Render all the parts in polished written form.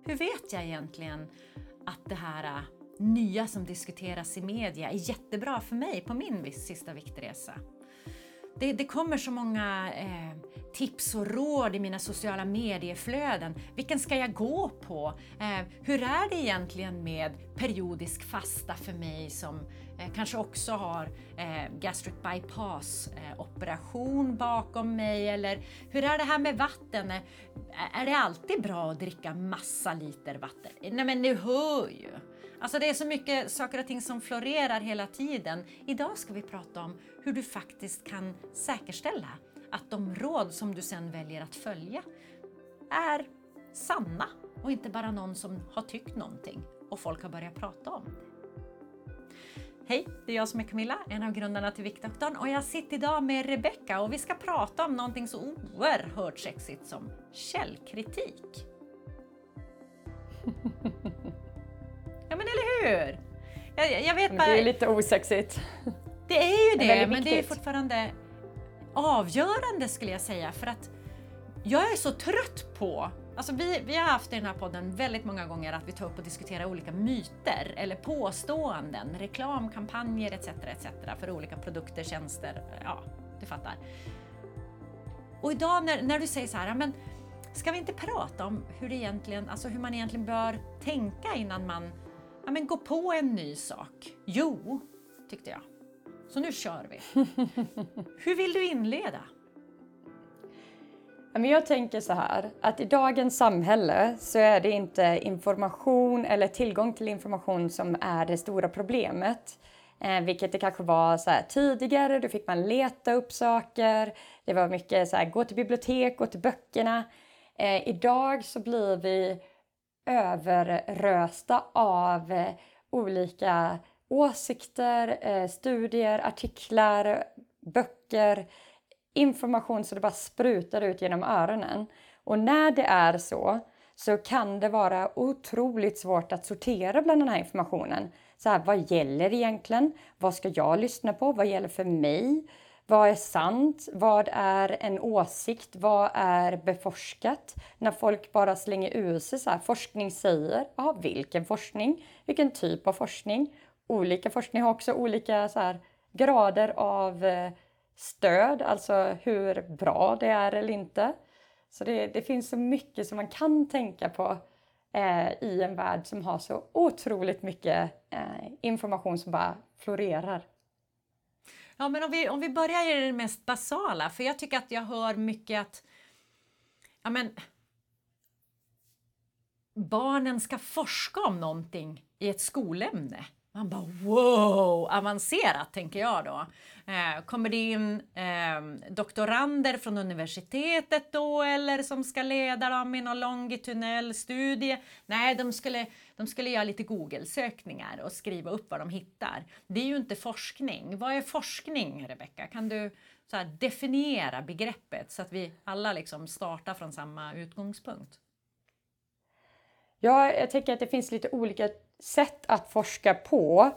hur vet jag egentligen att det här nya som diskuteras i media är jättebra för mig på min sista viktresa? Det kommer så många tips och råd i mina sociala medieflöden. Vilken ska jag gå på? Hur är det egentligen med periodisk fasta för mig som kanske också har gastric bypass operation bakom mig? Eller hur är det här med vatten? Är det alltid bra att dricka massa liter vatten? Nej men du hör ju! Alltså det är så mycket saker och ting som florerar hela tiden. Idag ska vi prata om hur du faktiskt kan säkerställa att de råd som du sen väljer att följa är sanna och inte bara någon som har tyckt någonting och folk har börjat prata om det. Hej, det är jag som är Camilla, en av grundarna till Viktdoktorn, och jag sitter idag med Rebecca och vi ska prata om någonting så oerhört sexigt som källkritik. Ja men eller hur? Jag vet bara... Det är lite osexigt. Det är ju det, men viktigt. det är fortfarande avgörande skulle jag säga. För att jag är så trött på... Alltså vi har haft i den här podden väldigt många gånger att vi tar upp och diskuterar olika myter eller påståenden, reklamkampanjer etc. för olika produkter, tjänster, ja, du fattar. Och idag när du säger så här, men ska vi inte prata om hur man egentligen bör tänka innan man går på en ny sak? Jo, tyckte jag. Så nu kör vi. Hur vill du inleda? Men jag tänker så här, att i dagens samhälle så är det inte information eller tillgång till information som är det stora problemet. Vilket det kanske var så här tidigare, då fick man leta upp saker. Det var mycket så här, gå till bibliotek, gå till böckerna. Idag så blir vi överrösta av olika åsikter, studier, artiklar, böcker, information så det bara sprutar ut genom öronen. Och när det är så kan det vara otroligt svårt att sortera bland den här informationen. Så här, vad gäller egentligen? Vad ska jag lyssna på? Vad gäller för mig? Vad är sant? Vad är en åsikt? Vad är beforskat? När folk bara slänger ur sig så här, forskning säger, vilken forskning? Vilken typ av forskning? Olika forskning har också olika så här, grader av stöd, alltså hur bra det är eller inte. Så det finns så mycket som man kan tänka på i en värld som har så otroligt mycket information som bara florerar. Ja, men om vi börjar i det mest basala, för jag tycker att jag hör mycket att barnen ska forska om någonting i ett skolämne. Man bara wow, avancerat tänker jag då. Kommer det in doktorander från universitetet då eller som ska leda dem i någon longitudinell studie? Nej, de skulle göra lite Google-sökningar och skriva upp vad de hittar. Det är ju inte forskning. Vad är forskning, Rebecca? Kan du så här definiera begreppet så att vi alla liksom startar från samma utgångspunkt? Ja, jag tänker att det finns lite olika sätt att forska på.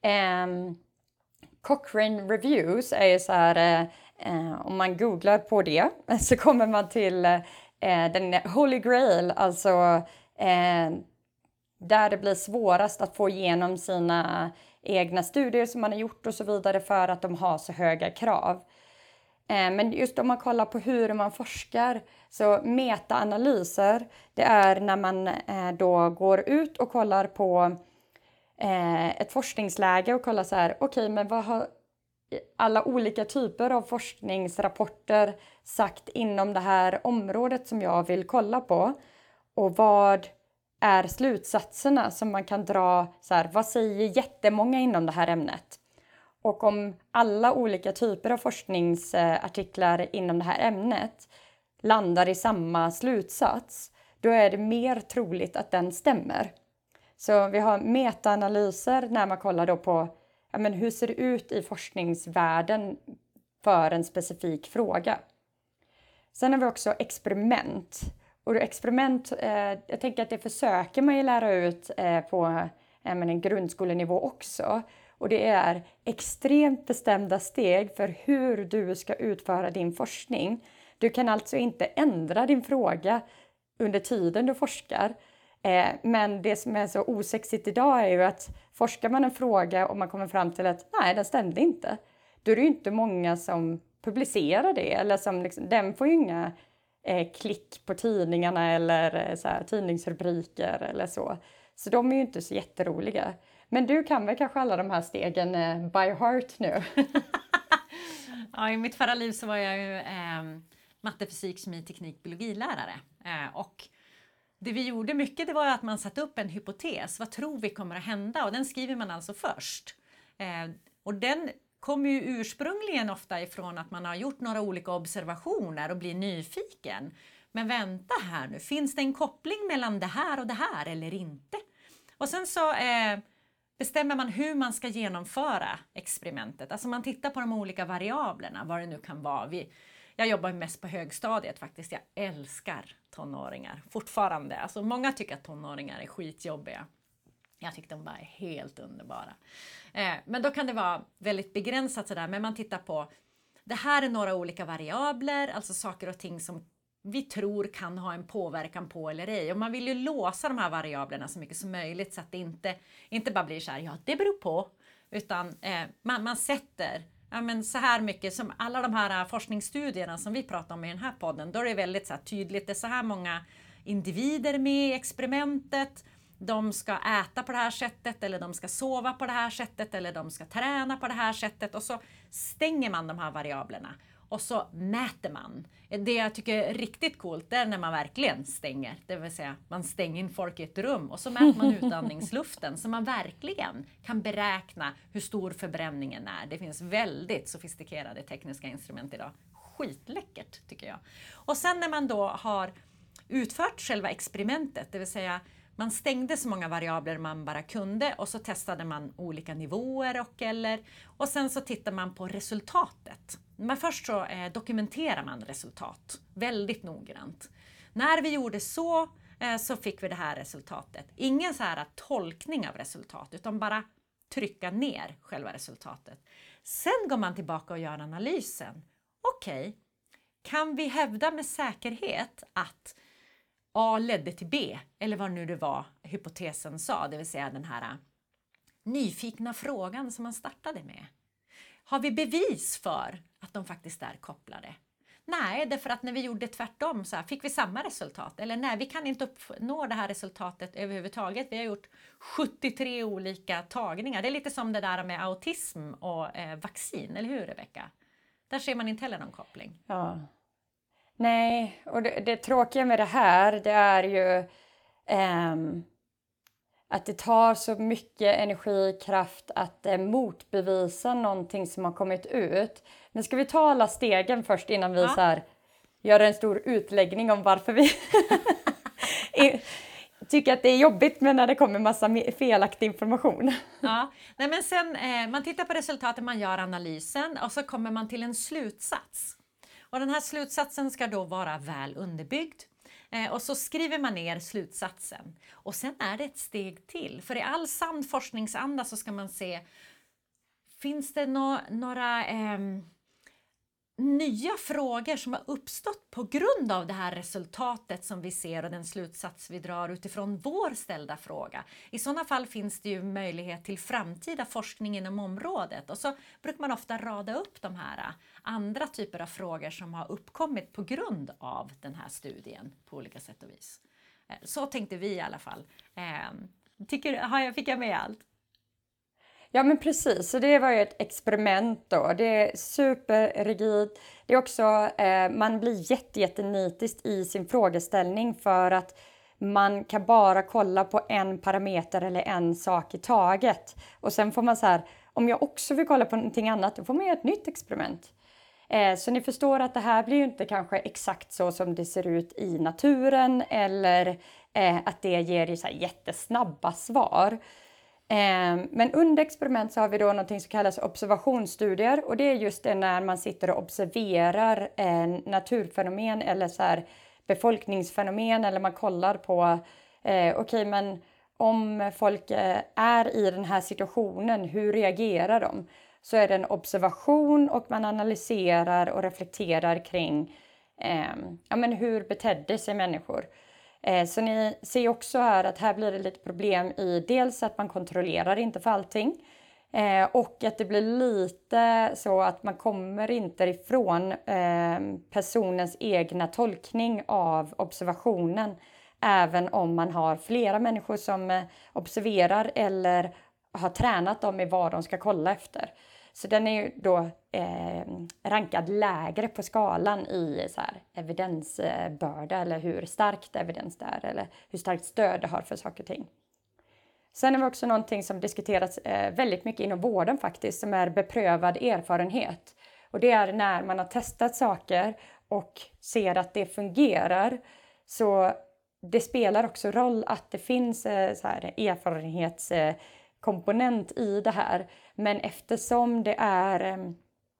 Cochrane Reviews är ju så här, om man googlar på det så kommer man till den Holy Grail, alltså där det blir svårast att få igenom sina egna studier som man har gjort och så vidare för att de har så höga krav. Men just om man kollar på hur man forskar, så metaanalyser, det är när man då går ut och kollar på ett forskningsläge och kollar så här, okej, men vad har alla olika typer av forskningsrapporter sagt inom det här området som jag vill kolla på? Och vad är slutsatserna som man kan dra, så här, vad säger jättemånga inom det här ämnet? Och om alla olika typer av forskningsartiklar inom det här ämnet landar i samma slutsats, då är det mer troligt att den stämmer. Så vi har metaanalyser när man kollar då på hur ser det ut i forskningsvärlden för en specifik fråga. Sen har vi också experiment. Och experiment, jag tänker att det försöker man ju lära ut på en grundskolenivå också. Och det är extremt bestämda steg för hur du ska utföra din forskning. Du kan alltså inte ändra din fråga under tiden du forskar. Men det som är så osexigt idag är ju att forskar man en fråga och man kommer fram till att nej, den stämde inte. Då är det ju inte många som publicerar det. Eller som liksom, den får ju inga klick på tidningarna eller så här, tidningsrubriker eller så. Så de är ju inte så jätteroliga. Men du kan väl kanske alla de här stegen by heart nu? Ja, i mitt förra liv så var jag ju matte, fysik, kemi, teknik, biologilärare. Och det vi gjorde mycket, det var att man satte upp en hypotes. Vad tror vi kommer att hända? Och den skriver man alltså först. Och den kommer ju ursprungligen ofta ifrån att man har gjort några olika observationer och blir nyfiken. Men vänta här nu, finns det en koppling mellan det här och det här eller inte? Och sen så bestämmer man hur man ska genomföra experimentet. Alltså man tittar på de olika variablerna, vad det nu kan vara. Jag jobbar mest på högstadiet faktiskt. Jag älskar tonåringar fortfarande. Alltså många tycker att tonåringar är skitjobbiga. Jag tycker de bara är helt underbara. Men då kan det vara väldigt begränsat sådär. Men man tittar på, det här är några olika variabler, alltså saker och ting som vi tror kan ha en påverkan på eller ej. Och man vill ju låsa de här variablerna så mycket som möjligt så att det inte bara blir så här, ja det beror på. Utan man sätter så här mycket som alla de här forskningsstudierna som vi pratar om i den här podden. Då är det väldigt så här tydligt, det är så här många individer med i experimentet. De ska äta på det här sättet eller de ska sova på det här sättet eller de ska träna på det här sättet. Och så stänger man de här variablerna. Och så mäter man. Det jag tycker är riktigt coolt är när man verkligen stänger. Det vill säga man stänger in folk i ett rum och så mäter man utandningsluften. Så man verkligen kan beräkna hur stor förbränningen är. Det finns väldigt sofistikerade tekniska instrument idag. Skitläckert tycker jag. Och sen när man då har utfört själva experimentet, det vill säga man stängde så många variabler man bara kunde och så testade man olika nivåer och sen så tittar man på resultatet. Men först så dokumenterar man resultat väldigt noggrant. När vi gjorde så fick vi det här resultatet. Ingen så här tolkning av resultat utan bara trycka ner själva resultatet. Sen går man tillbaka och gör analysen. Okej, kan vi hävda med säkerhet att A ledde till B, eller vad nu det var hypotesen sa, det vill säga den här nyfikna frågan som man startade med. Har vi bevis för att de faktiskt är kopplade? Nej, därför att när vi gjorde tvärtom så här, fick vi samma resultat. Eller nej, vi kan inte uppnå det här resultatet överhuvudtaget. Vi har gjort 73 olika tagningar. Det är lite som det där med autism och vaccin, eller hur Rebecka? Där ser man inte heller någon koppling. Ja. Nej, och det tråkiga med det här, det är ju att det tar så mycket energi, kraft att motbevisa någonting som har kommit ut. Men ska vi ta alla stegen först innan vi så här, gör en stor utläggning om varför vi tycker att det är jobbigt men när det kommer massa felaktig information. Ja, nej men sen man tittar på resultatet, man gör analysen och så kommer man till en slutsats. Och den här slutsatsen ska då vara väl underbyggd. Och så skriver man ner slutsatsen. Och sen är det ett steg till. För i all sann forskningsanda så ska man se, finns det några nya frågor som har uppstått på grund av det här resultatet som vi ser och den slutsats vi drar utifrån vår ställda fråga. I sådana fall finns det ju möjlighet till framtida forskning inom området och så brukar man ofta rada upp de här andra typer av frågor som har uppkommit på grund av den här studien på olika sätt och vis. Så tänkte vi i alla fall. Fick jag med allt? Ja men precis, så det var ju ett experiment då. Det är superrigid. Det är också, man blir jättenitisk i sin frågeställning för att man kan bara kolla på en parameter eller en sak i taget. Och sen får man så här, om jag också vill kolla på någonting annat, då får man göra ett nytt experiment. Så ni förstår att det här blir ju inte kanske exakt så som det ser ut i naturen eller att det ger så här jättesnabba svar. Men under experiment så har vi då något som kallas observationsstudier och det är just det när man sitter och observerar naturfenomen eller så här befolkningsfenomen eller man kollar på okej, men om folk är i den här situationen, hur reagerar de? Så är det en observation och man analyserar och reflekterar kring men hur betedde sig människor. Så ni ser också här att här blir det lite problem i dels att man kontrollerar inte för allting. Och att det blir lite så att man kommer inte ifrån personens egna tolkning av observationen. Även om man har flera människor som observerar eller har tränat dem i vad de ska kolla efter. Så den är ju då rankad lägre på skalan i så här, evidensbörda eller hur starkt evidens det är eller hur starkt stöd det har för saker och ting. Sen är det också någonting som diskuteras väldigt mycket inom vården faktiskt, som är beprövad erfarenhet. Och det är när man har testat saker och ser att det fungerar. Så det spelar också roll att det finns så här erfarenhetskomponent i det här. Men eftersom det är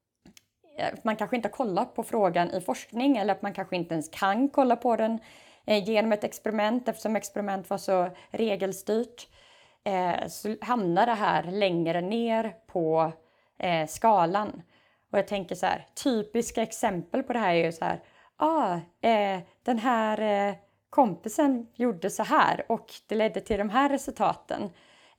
man kanske inte har kollat på frågan i forskning eller att man kanske inte ens kan kolla på den genom ett experiment eftersom experiment var så regelstyrt. Så hamnar det här längre ner på skalan. Och jag tänker så här, typiska exempel på det här är ju så här, den här kompisen gjorde så här och det ledde till de här resultaten.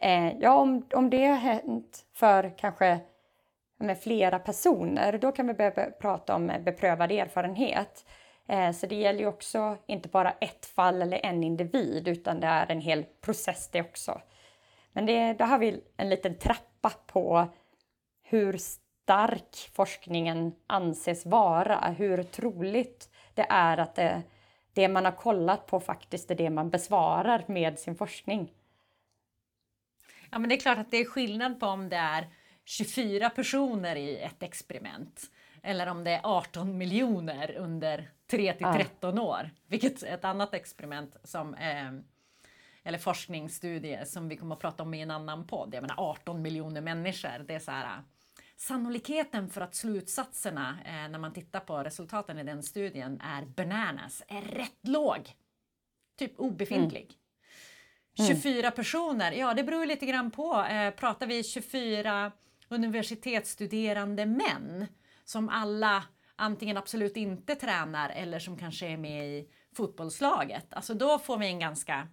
Om det har hänt för kanske med flera personer, då kan vi börja prata om beprövad erfarenhet. Så det gäller ju också inte bara ett fall eller en individ, utan det är en hel process det också. Men då har vi en liten trappa på hur stark forskningen anses vara. Hur troligt det är att det man har kollat på faktiskt är det man besvarar med sin forskning. Ja, men det är klart att det är skillnad på om det är 24 personer i ett experiment. Eller om det är 18 miljoner under 3-13 år. Vilket är ett annat experiment som... eller forskningsstudie som vi kommer att prata om i en annan podd. Jag menar 18 miljoner människor. Det är så här, sannolikheten för att slutsatserna när man tittar på resultaten i den studien är bananas. Är rätt låg. Typ obefintlig. 24 personer, ja det beror lite grann på. Pratar vi 24 universitetsstuderande män som alla antingen absolut inte tränar eller som kanske är med i fotbollslaget. Alltså då får vi en ganska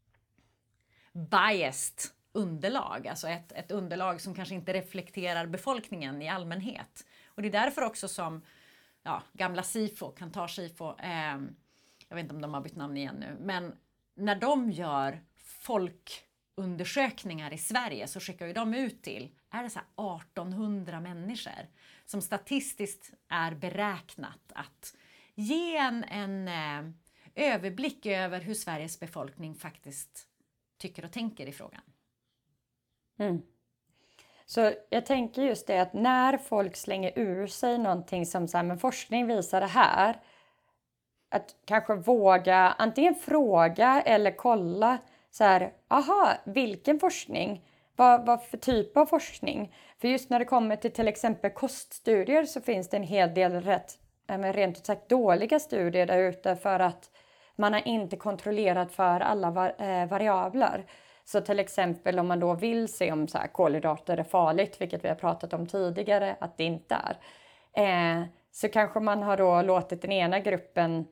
biased underlag, alltså ett underlag som kanske inte reflekterar befolkningen i allmänhet. Och det är därför också som gamla SIFO, Kantar SIFO, jag vet inte om de har bytt namn igen nu, men när de gör folkundersökningar i Sverige så skickar ju de ut till, är det så här 1800 människor som statistiskt är beräknat att ge en överblick över hur Sveriges befolkning faktiskt tycker och tänker i frågan. Så jag tänker just det att när folk slänger ur sig någonting som så här, men forskning visar det här, att kanske våga antingen fråga eller kolla så här, vilken forskning? Vad för typ av forskning? För just när det kommer till exempel koststudier så finns det en hel del rent ut sagt dåliga studier där ute för att man har inte kontrollerat för alla variabler. Så till exempel om man då vill se om så här, kolhydrater är farligt, vilket vi har pratat om tidigare att det inte är. Så kanske man har då låtit den ena gruppen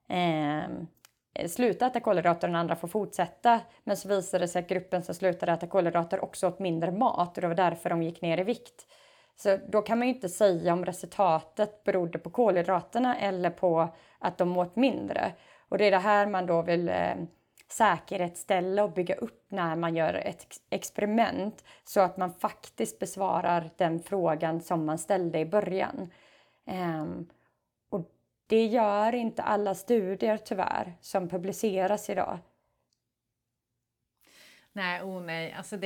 sluta äta kolhydrater och den andra får fortsätta. Men så visade det sig att gruppen som slutade äta kolhydrater också åt mindre mat och det var därför de gick ner i vikt. Så då kan man ju inte säga om resultatet berodde på kolhydraterna eller på att de åt mindre. Och det är det här man då vill säkerhetsställa och bygga upp när man gör ett experiment. Så att man faktiskt besvarar den frågan som man ställde i början. Och det gör inte alla studier tyvärr som publiceras idag. Nej. Alltså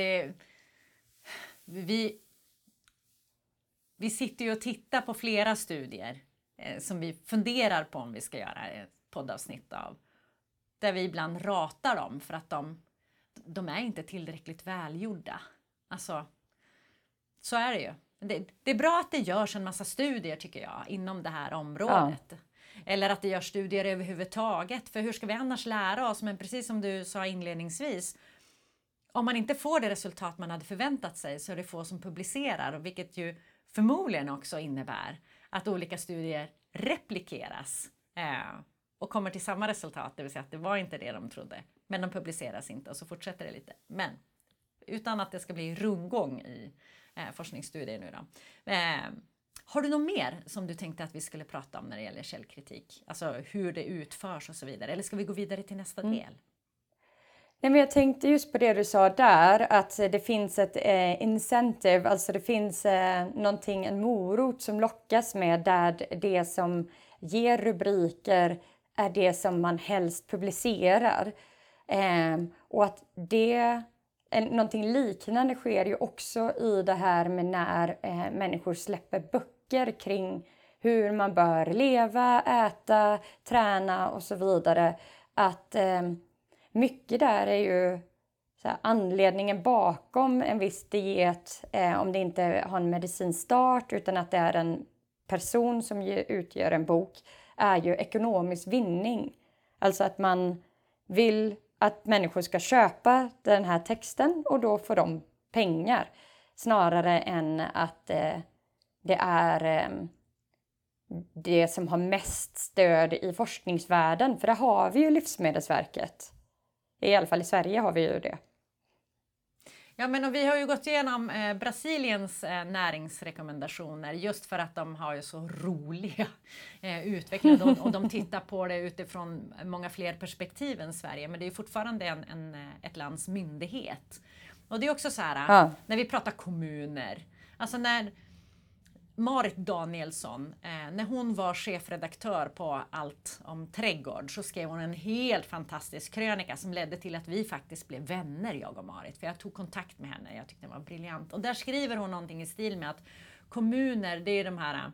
vi sitter ju och tittar på flera studier som vi funderar på om vi ska göra ett poddavsnitt av. Där vi ibland ratar dem för att de är inte tillräckligt välgjorda. Alltså, så är det ju. Det är bra att det görs en massa studier tycker jag inom det här området. Ja. Eller att det görs studier överhuvudtaget. För hur ska vi annars lära oss? Men precis som du sa inledningsvis. Om man inte får det resultat man hade förväntat sig så är det få som publicerar. Vilket ju förmodligen också innebär att olika studier replikeras. och kommer till samma resultat, det vill säga att det var inte det de trodde. Men de publiceras inte och så fortsätter det lite. Men utan att det ska bli rundgång i forskningsstudier nu då. Har du något mer som du tänkte att vi skulle prata om när det gäller källkritik? Alltså hur det utförs och så vidare. Eller ska vi gå vidare till nästa del? Nej, men jag tänkte just på det du sa där, att det finns ett incentive, alltså det finns en morot som lockas med, där det som ger rubriker är det som man helst publicerar. Och att någonting liknande sker ju också i det här med när människor släpper böcker kring hur man bör leva, äta, träna och så vidare. Att mycket där är ju anledningen bakom en viss diet, om det inte har en medicinsk start utan att det är en person som utgör en bok, är ju ekonomisk vinning. Alltså att man vill att människor ska köpa den här texten och då får de pengar. Snarare än att det är det som har mest stöd i forskningsvärlden. För där har vi ju Livsmedelsverket. I alla fall i Sverige har vi ju det. Ja, men och vi har ju gått igenom Brasiliens näringsrekommendationer just för att de har ju så roliga utvecklingar och de tittar på det utifrån många fler perspektiv än Sverige, men det är fortfarande ett lands myndighet. Och det är också så här, när vi pratar kommuner, alltså när Marit Danielsson, när hon var chefredaktör på Allt om trädgård, så skrev hon en helt fantastisk krönika som ledde till att vi faktiskt blev vänner, jag och Marit. För jag tog kontakt med henne, jag tyckte det var briljant. Och där skriver hon någonting i stil med att kommuner, det är de här,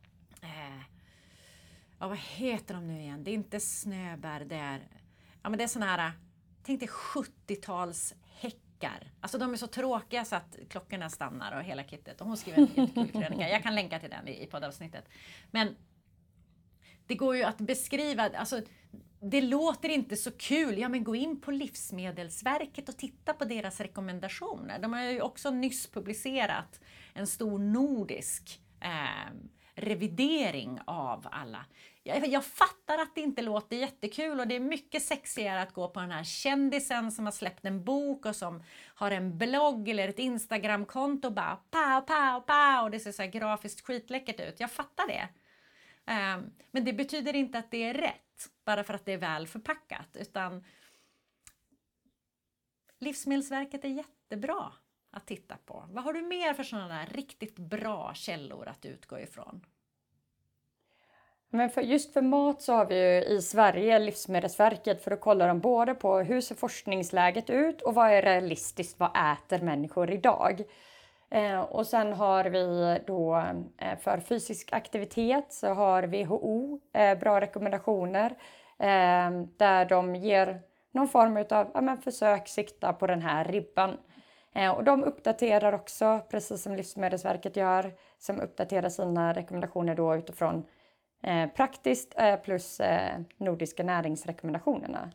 vad heter de nu igen? Det är inte snöbär, det är såna här, tänk dig 70-tals häckar. Alltså de är så tråkiga så att klockorna stannar och hela kittet. Och hon skriver en jättekul krönika. Jag kan länka till den i poddavsnittet. Men det går ju att beskriva, alltså det låter inte så kul. Ja, men gå in på Livsmedelsverket och titta på deras rekommendationer. De har ju också nyss publicerat en stor nordisk revidering av alla. Jag fattar att det inte låter jättekul och det är mycket sexigare att gå på den här kändisen som har släppt en bok och som har en blogg eller ett Instagramkonto och bara pow och det ser så här grafiskt skitläckert ut. Jag fattar det. Men det betyder inte att det är rätt bara för att det är väl förpackat, utan Livsmedelsverket är jättebra att titta på. Vad har du mer för sådana där riktigt bra källor att utgå ifrån? Men just för mat så har vi ju i Sverige Livsmedelsverket, för att kolla dem både på hur ser forskningsläget ut och vad är realistiskt, vad äter människor idag. Och sen har vi då för fysisk aktivitet så har WHO bra rekommendationer där de ger någon form av försök sikta på den här ribban. Och de uppdaterar också, precis som Livsmedelsverket gör, som uppdaterar sina rekommendationer då utifrån praktiskt plus nordiska näringsrekommendationerna.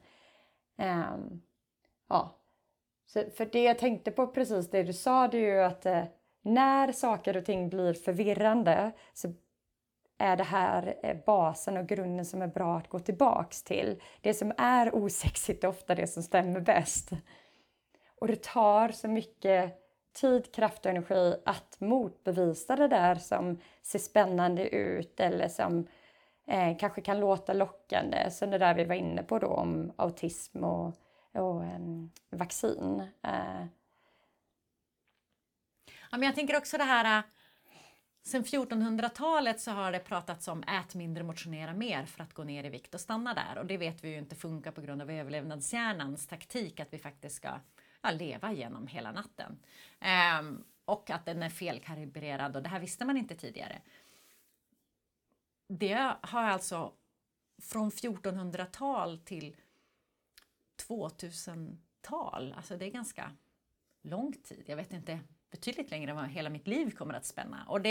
Så för det jag tänkte på, precis det du sa, det är ju att när saker och ting blir förvirrande så är det här basen och grunden som är bra att gå tillbaks till. Det som är osexigt är ofta det som stämmer bäst. Och det tar så mycket tid, kraft och energi att motbevisa det där som ser spännande ut eller som kanske kan låta lockande. Så det där vi var inne på då om autism och vaccin. Ja, men jag tänker också det här, sen 1400-talet så har det pratats om ät mindre, motionera mer för att gå ner i vikt och stanna där. Och det vet vi ju inte funkar på grund av överlevnadshjärnans taktik att vi faktiskt ska leva genom hela natten. Och att den är felkalibrerad, och det här visste man inte tidigare. Det har alltså från 1400-tal till 2000-tal, alltså det är ganska lång tid. Jag vet inte, betydligt längre än vad hela mitt liv kommer att spänna. Och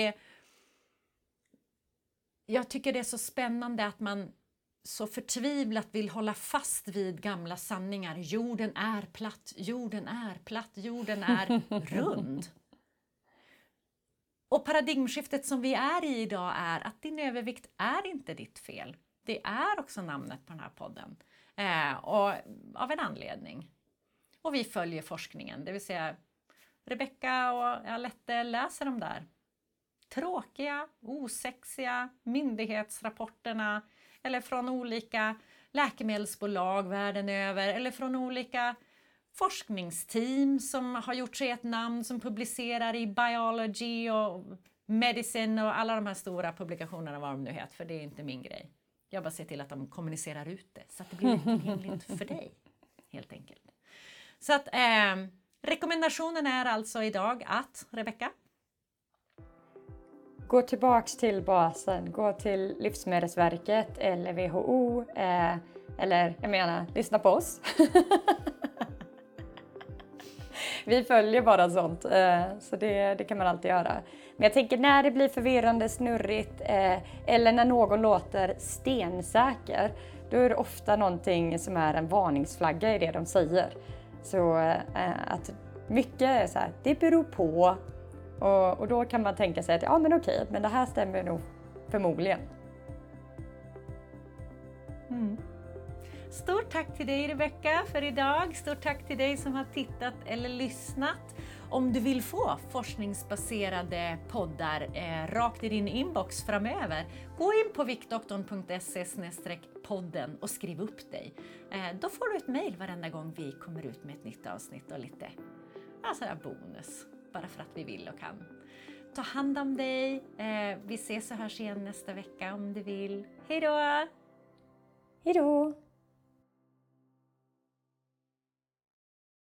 jag tycker det är så spännande att man så förtvivlat vill hålla fast vid gamla sanningar. Jorden är platt, jorden är platt, jorden är rund. Och paradigmskiftet som vi är i idag är att din övervikt är inte ditt fel. Det är också namnet på den här podden. Och av en anledning. Och vi följer forskningen, det vill säga Rebecka och Alette läser de där tråkiga, osexiga myndighetsrapporterna eller från olika läkemedelsbolag världen över eller från olika forskningsteam som har gjort sig ett namn som publicerar i Biology och Medicine och alla de här stora publikationerna, vad de nu heter, för det är inte min grej. Jag bara ser till att de kommunicerar ut det så att det blir lättillgängligt för dig, helt enkelt. Så att rekommendationen är alltså idag att, Rebecka? Gå tillbaks till basen, gå till Livsmedelsverket eller WHO eller jag menar, lyssna på oss. Vi följer bara sånt, så det kan man alltid göra. Men jag tänker när det blir förvirrande, snurrigt eller när någon låter stensäker, då är det ofta någonting som är en varningsflagga i det de säger. Så att mycket är så här, det beror på. Och då kan man tänka sig att ja men okej, men det här stämmer nog förmodligen. Stort tack till dig Rebecka för idag. Stort tack till dig som har tittat eller lyssnat. Om du vill få forskningsbaserade poddar rakt i din inbox framöver, gå in på viktdoktorn.se/podden och skriv upp dig. Då får du ett mejl varenda gång vi kommer ut med ett nytt avsnitt och lite sådär bonus. Bara för att vi vill och kan. Ta hand om dig. Vi ses och hörs igen nästa vecka om du vill. Hej då! Hej då!